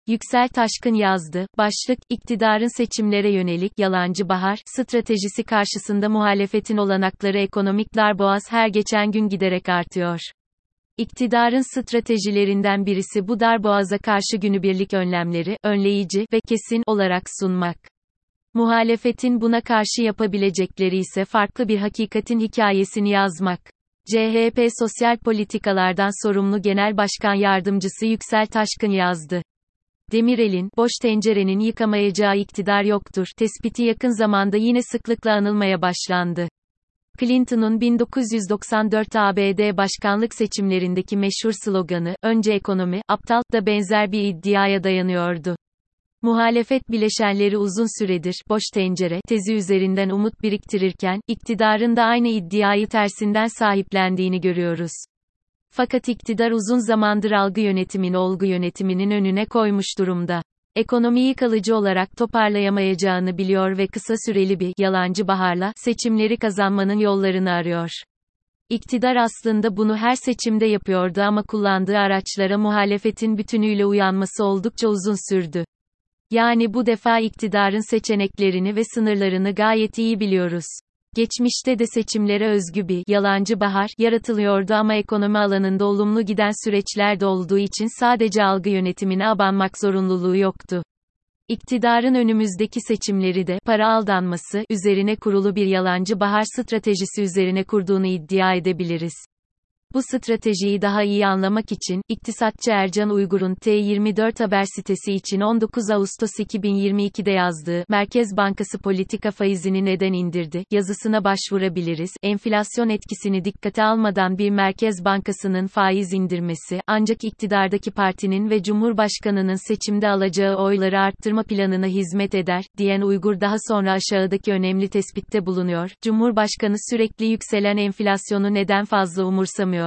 Yüksel Taşkın yazdı. Başlık, iktidarın seçimlere yönelik yalancı bahar stratejisi karşısında muhalefetin olanakları ekonomik darboğaz her geçen gün giderek artıyor. İktidarın stratejilerinden birisi bu darboğaza karşı günübirlik önlemleri, önleyici ve kesin olarak sunmak. Muhalefetin buna karşı yapabilecekleri ise farklı bir hakikatin hikayesini yazmak. CHP Sosyal Politikalardan Sorumlu Genel Başkan Yardımcısı Yüksel Taşkın yazdı. Demirel'in, boş tencerenin yıkamayacağı iktidar yoktur, tespiti yakın zamanda yine sıklıkla anılmaya başlandı. Clinton'un 1994 ABD başkanlık seçimlerindeki meşhur sloganı, "Önce ekonomi, aptal" da benzer bir iddiaya dayanıyordu. Muhalefet bileşenleri uzun süredir, boş tencere, tezi üzerinden umut biriktirirken, iktidarın da aynı iddiayı tersinden sahiplendiğini görüyoruz. Fakat iktidar uzun zamandır algı yönetimini olgu yönetiminin önüne koymuş durumda. Ekonomiyi kalıcı olarak toparlayamayacağını biliyor ve kısa süreli bir yalancı baharla seçimleri kazanmanın yollarını arıyor. İktidar aslında bunu her seçimde yapıyordu ama kullandığı araçlara muhalefetin bütünüyle uyanması oldukça uzun sürdü. Yani bu defa iktidarın seçeneklerini ve sınırlarını gayet iyi biliyoruz. Geçmişte de seçimlere özgü bir yalancı bahar yaratılıyordu ama ekonomi alanında olumlu giden süreçler de olduğu için sadece algı yönetimine abanmak zorunluluğu yoktu. İktidarın önümüzdeki seçimleri de para aldanması üzerine kurulu bir yalancı bahar stratejisi üzerine kurduğunu iddia edebiliriz. Bu stratejiyi daha iyi anlamak için, iktisatçı Ercan Uygur'un T24 haber sitesi için 19 Ağustos 2022'de yazdığı, Merkez Bankası politika faizini neden indirdi, yazısına başvurabiliriz. Enflasyon etkisini dikkate almadan bir Merkez Bankası'nın faiz indirmesi, ancak iktidardaki partinin ve Cumhurbaşkanı'nın seçimde alacağı oyları arttırma planına hizmet eder, diyen Uygur daha sonra aşağıdaki önemli tespitte bulunuyor. Cumhurbaşkanı sürekli yükselen enflasyonu neden fazla umursamıyor?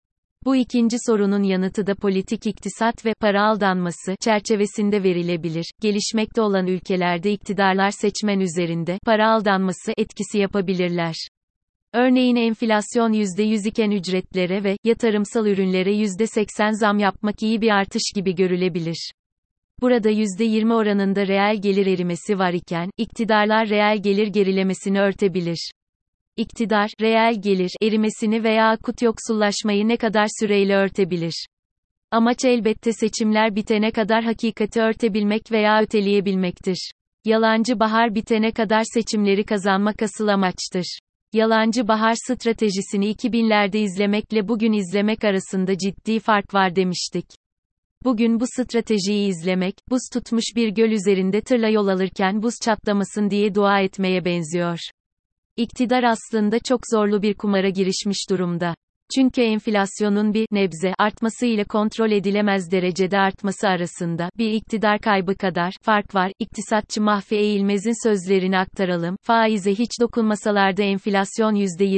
Bu ikinci sorunun yanıtı da politik iktisat ve para aldanması çerçevesinde verilebilir. Gelişmekte olan ülkelerde iktidarlar seçmen üzerinde para aldanması etkisi yapabilirler. Örneğin enflasyon %100 iken ücretlere ve yatırımsal ürünlere %80 zam yapmak iyi bir artış gibi görülebilir. Burada %20 oranında reel gelir erimesi var iken, iktidarlar reel gelir gerilemesini örtebilir. İktidar, reel gelir erimesini veya akut yoksullaşmayı ne kadar süreyle örtebilir? Amaç elbette seçimler bitene kadar hakikati örtebilmek veya öteleyebilmektir. Yalancı bahar bitene kadar seçimleri kazanmak asıl amaçtır. Yalancı bahar stratejisini 2000'lerde izlemekle bugün izlemek arasında ciddi fark var demiştik. Bugün bu stratejiyi izlemek, buz tutmuş bir göl üzerinde tırla yol alırken buz çatlamasın diye dua etmeye benziyor. İktidar aslında çok zorlu bir kumara girişmiş durumda. Çünkü enflasyonun bir nebze artması ile kontrol edilemez derecede artması arasında bir iktidar kaybı kadar fark var. İktisatçı Mahfi Eğilmez'in sözlerini aktaralım. Faize hiç dokunmasalardı enflasyon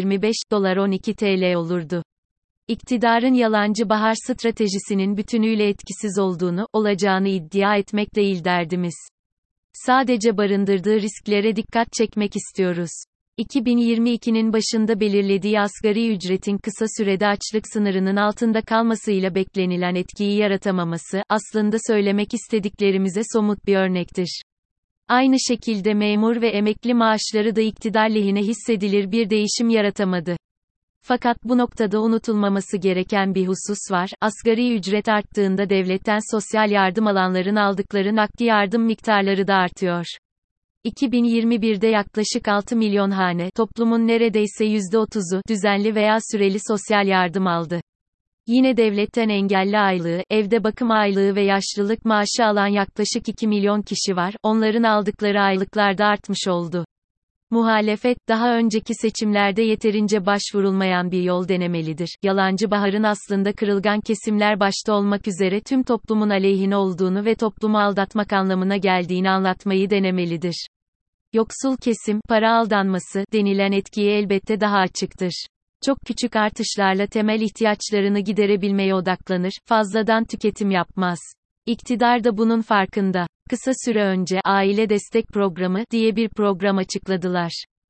$25, 12 TL olurdu. İktidarın yalancı bahar stratejisinin bütünüyle etkisiz olacağını iddia etmek değil derdimiz. Sadece barındırdığı risklere dikkat çekmek istiyoruz. 2022'nin başında belirlediği asgari ücretin kısa sürede açlık sınırının altında kalmasıyla beklenilen etkiyi yaratamaması, aslında söylemek istediklerimize somut bir örnektir. Aynı şekilde memur ve emekli maaşları da iktidar lehine hissedilir bir değişim yaratamadı. Fakat bu noktada unutulmaması gereken bir husus var, asgari ücret arttığında devletten sosyal yardım alanların aldıkları nakdi yardım miktarları da artıyor. 2021'de yaklaşık 6 milyon hane, toplumun neredeyse %30'u, düzenli veya süreli sosyal yardım aldı. Yine devletten engelli aylığı, evde bakım aylığı ve yaşlılık maaşı alan yaklaşık 2 milyon kişi var, onların aldıkları aylıklar da artmış oldu. Muhalefet, daha önceki seçimlerde yeterince başvurulmayan bir yol denemelidir. Yalancı baharın aslında kırılgan kesimler başta olmak üzere tüm toplumun aleyhine olduğunu ve toplumu aldatmak anlamına geldiğini anlatmayı denemelidir. Yoksul kesim, para aldanması denilen etkiye elbette daha açıktır. Çok küçük artışlarla temel ihtiyaçlarını giderebilmeye odaklanır, fazladan tüketim yapmaz. İktidar da bunun farkında. Kısa süre önce, Aile Destek Programı diye bir program açıkladılar.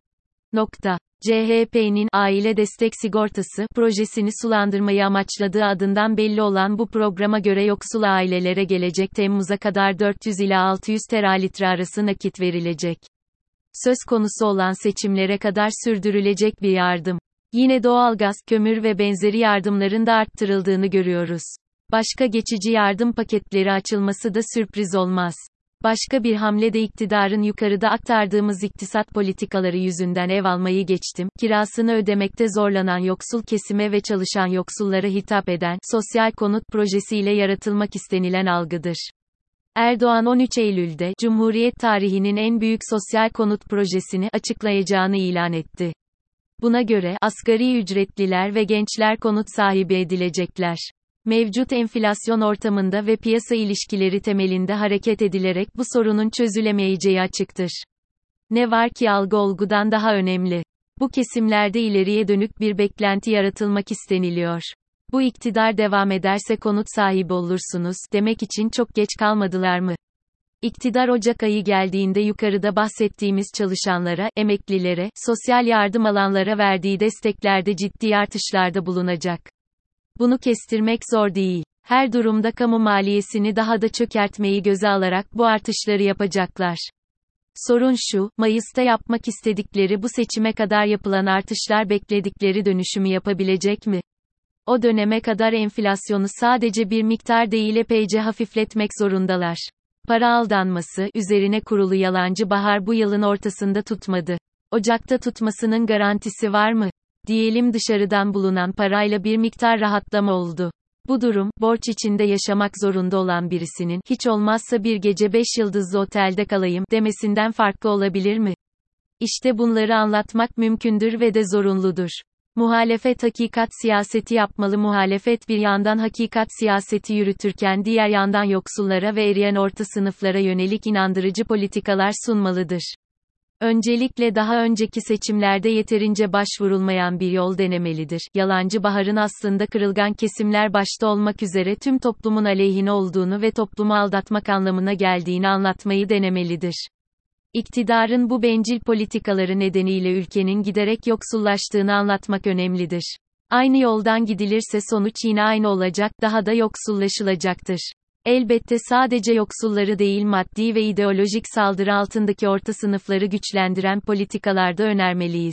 CHP'nin aile destek sigortası projesini sulandırmayı amaçladığı adından belli olan bu programa göre yoksul ailelere gelecek Temmuz'a kadar 400 ila 600 teralitre arası nakit verilecek. Söz konusu olan seçimlere kadar sürdürülecek bir yardım. Yine doğalgaz, kömür ve benzeri yardımların da arttırıldığını görüyoruz. Başka geçici yardım paketleri açılması da sürpriz olmaz. Başka bir hamle de iktidarın yukarıda aktardığımız iktisat politikaları yüzünden ev almayı geçtim, kirasını ödemekte zorlanan yoksul kesime ve çalışan yoksullara hitap eden sosyal konut projesiyle yaratılmak istenilen algıdır. Erdoğan 13 Eylül'de Cumhuriyet tarihinin en büyük sosyal konut projesini açıklayacağını ilan etti. Buna göre asgari ücretliler ve gençler konut sahibi edilecekler. Mevcut enflasyon ortamında ve piyasa ilişkileri temelinde hareket edilerek bu sorunun çözülemeyeceği açıktır. Ne var ki algı olgudan daha önemli. Bu kesimlerde ileriye dönük bir beklenti yaratılmak isteniliyor. Bu iktidar devam ederse konut sahibi olursunuz demek için çok geç kalmadılar mı? İktidar Ocak ayı geldiğinde yukarıda bahsettiğimiz çalışanlara, emeklilere, sosyal yardım alanlara verdiği desteklerde ciddi artışlarda bulunacak. Bunu kestirmek zor değil. Her durumda kamu maliyesini daha da çökertmeyi göze alarak bu artışları yapacaklar. Sorun şu, Mayıs'ta yapmak istedikleri bu seçime kadar yapılan artışlar bekledikleri dönüşümü yapabilecek mi? O döneme kadar enflasyonu sadece bir miktar değil epeyce hafifletmek zorundalar. Para aldanması üzerine kurulu yalancı bahar bu yılın ortasında tutmadı. Ocak'ta tutmasının garantisi var mı? Diyelim dışarıdan bulunan parayla bir miktar rahatlama oldu. Bu durum, borç içinde yaşamak zorunda olan birisinin, hiç olmazsa bir gece 5 yıldızlı otelde kalayım demesinden farklı olabilir mi? İşte bunları anlatmak mümkündür ve de zorunludur. Muhalefet hakikat siyaseti yapmalı. Muhalefet bir yandan hakikat siyaseti yürütürken diğer yandan yoksullara ve eriyen orta sınıflara yönelik inandırıcı politikalar sunmalıdır. Öncelikle daha önceki seçimlerde yeterince başvurulmayan bir yol denemelidir. Yalancı baharın aslında kırılgan kesimler başta olmak üzere tüm toplumun aleyhine olduğunu ve toplumu aldatmak anlamına geldiğini anlatmayı denemelidir. İktidarın bu bencil politikaları nedeniyle ülkenin giderek yoksullaştığını anlatmak önemlidir. Aynı yoldan gidilirse sonuç yine aynı olacak, daha da yoksullaşılacaktır. Elbette sadece yoksulları değil maddi ve ideolojik saldırı altındaki orta sınıfları güçlendiren politikalarda önermeliyiz.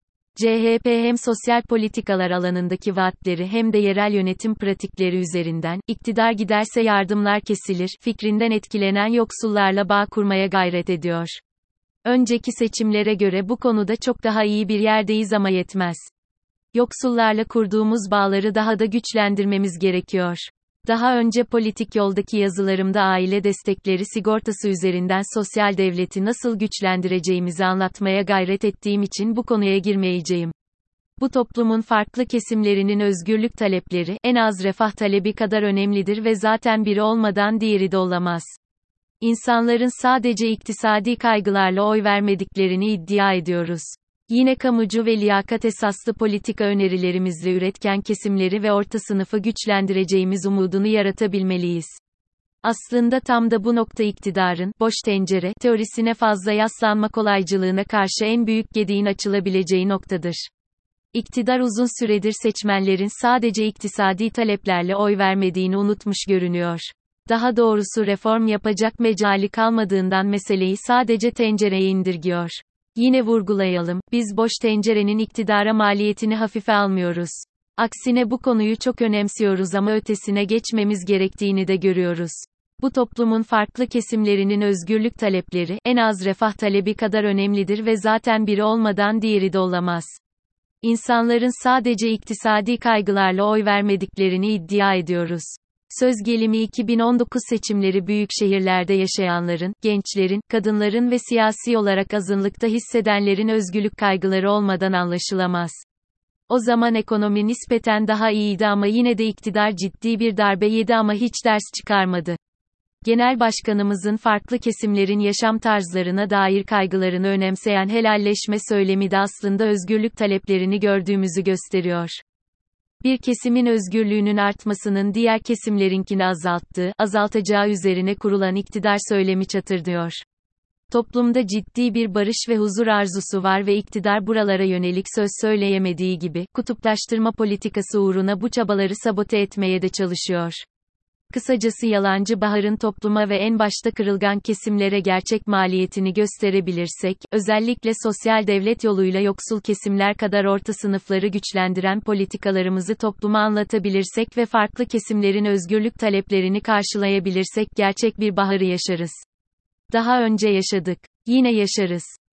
CHP hem sosyal politikalar alanındaki vaatleri hem de yerel yönetim pratikleri üzerinden, iktidar giderse yardımlar kesilir, fikrinden etkilenen yoksullarla bağ kurmaya gayret ediyor. Önceki seçimlere göre bu konuda çok daha iyi bir yerdeyiz ama yetmez. Yoksullarla kurduğumuz bağları daha da güçlendirmemiz gerekiyor. Daha önce politik yoldaki yazılarımda aile destekleri sigortası üzerinden sosyal devleti nasıl güçlendireceğimizi anlatmaya gayret ettiğim için bu konuya girmeyeceğim. Bu toplumun farklı kesimlerinin özgürlük talepleri, en az refah talebi kadar önemlidir ve zaten biri olmadan diğeri de olamaz. İnsanların sadece iktisadi kaygılarla oy vermediklerini iddia ediyoruz. Yine kamucu ve liyakat esaslı politika önerilerimizle üretken kesimleri ve orta sınıfı güçlendireceğimiz umudunu yaratabilmeliyiz. Aslında tam da bu nokta iktidarın, boş tencere, teorisine fazla yaslanma kolaycılığına karşı en büyük gediğin açılabileceği noktadır. İktidar uzun süredir seçmenlerin sadece iktisadi taleplerle oy vermediğini unutmuş görünüyor. Daha doğrusu reform yapacak mecali kalmadığından meseleyi sadece tencereye indirgiyor. Yine vurgulayalım, biz boş tencerenin iktidara maliyetini hafife almıyoruz. Aksine bu konuyu çok önemsiyoruz ama ötesine geçmemiz gerektiğini de görüyoruz. Bu toplumun farklı kesimlerinin özgürlük talepleri, en az refah talebi kadar önemlidir ve zaten biri olmadan diğeri de olamaz. İnsanların sadece iktisadi kaygılarla oy vermediklerini iddia ediyoruz. Söz gelimi 2019 seçimleri büyük şehirlerde yaşayanların, gençlerin, kadınların ve siyasi olarak azınlıkta hissedenlerin özgürlük kaygıları olmadan anlaşılamaz. O zaman ekonomi nispeten daha iyiydi ama yine de iktidar ciddi bir darbe yedi ama hiç ders çıkarmadı. Genel başkanımızın farklı kesimlerin yaşam tarzlarına dair kaygılarını önemseyen helalleşme söylemi de aslında özgürlük taleplerini gördüğümüzü gösteriyor. Bir kesimin özgürlüğünün artmasının diğer kesimlerinkini azaltacağı üzerine kurulan iktidar söylemi çatırdıyor. Toplumda ciddi bir barış ve huzur arzusu var ve iktidar buralara yönelik söz söyleyemediği gibi, kutuplaştırma politikası uğruna bu çabaları sabote etmeye de çalışıyor. Kısacası yalancı baharın topluma ve en başta kırılgan kesimlere gerçek maliyetini gösterebilirsek, özellikle sosyal devlet yoluyla yoksul kesimler kadar orta sınıfları güçlendiren politikalarımızı topluma anlatabilirsek ve farklı kesimlerin özgürlük taleplerini karşılayabilirsek gerçek bir baharı yaşarız. Daha önce yaşadık. Yine yaşarız.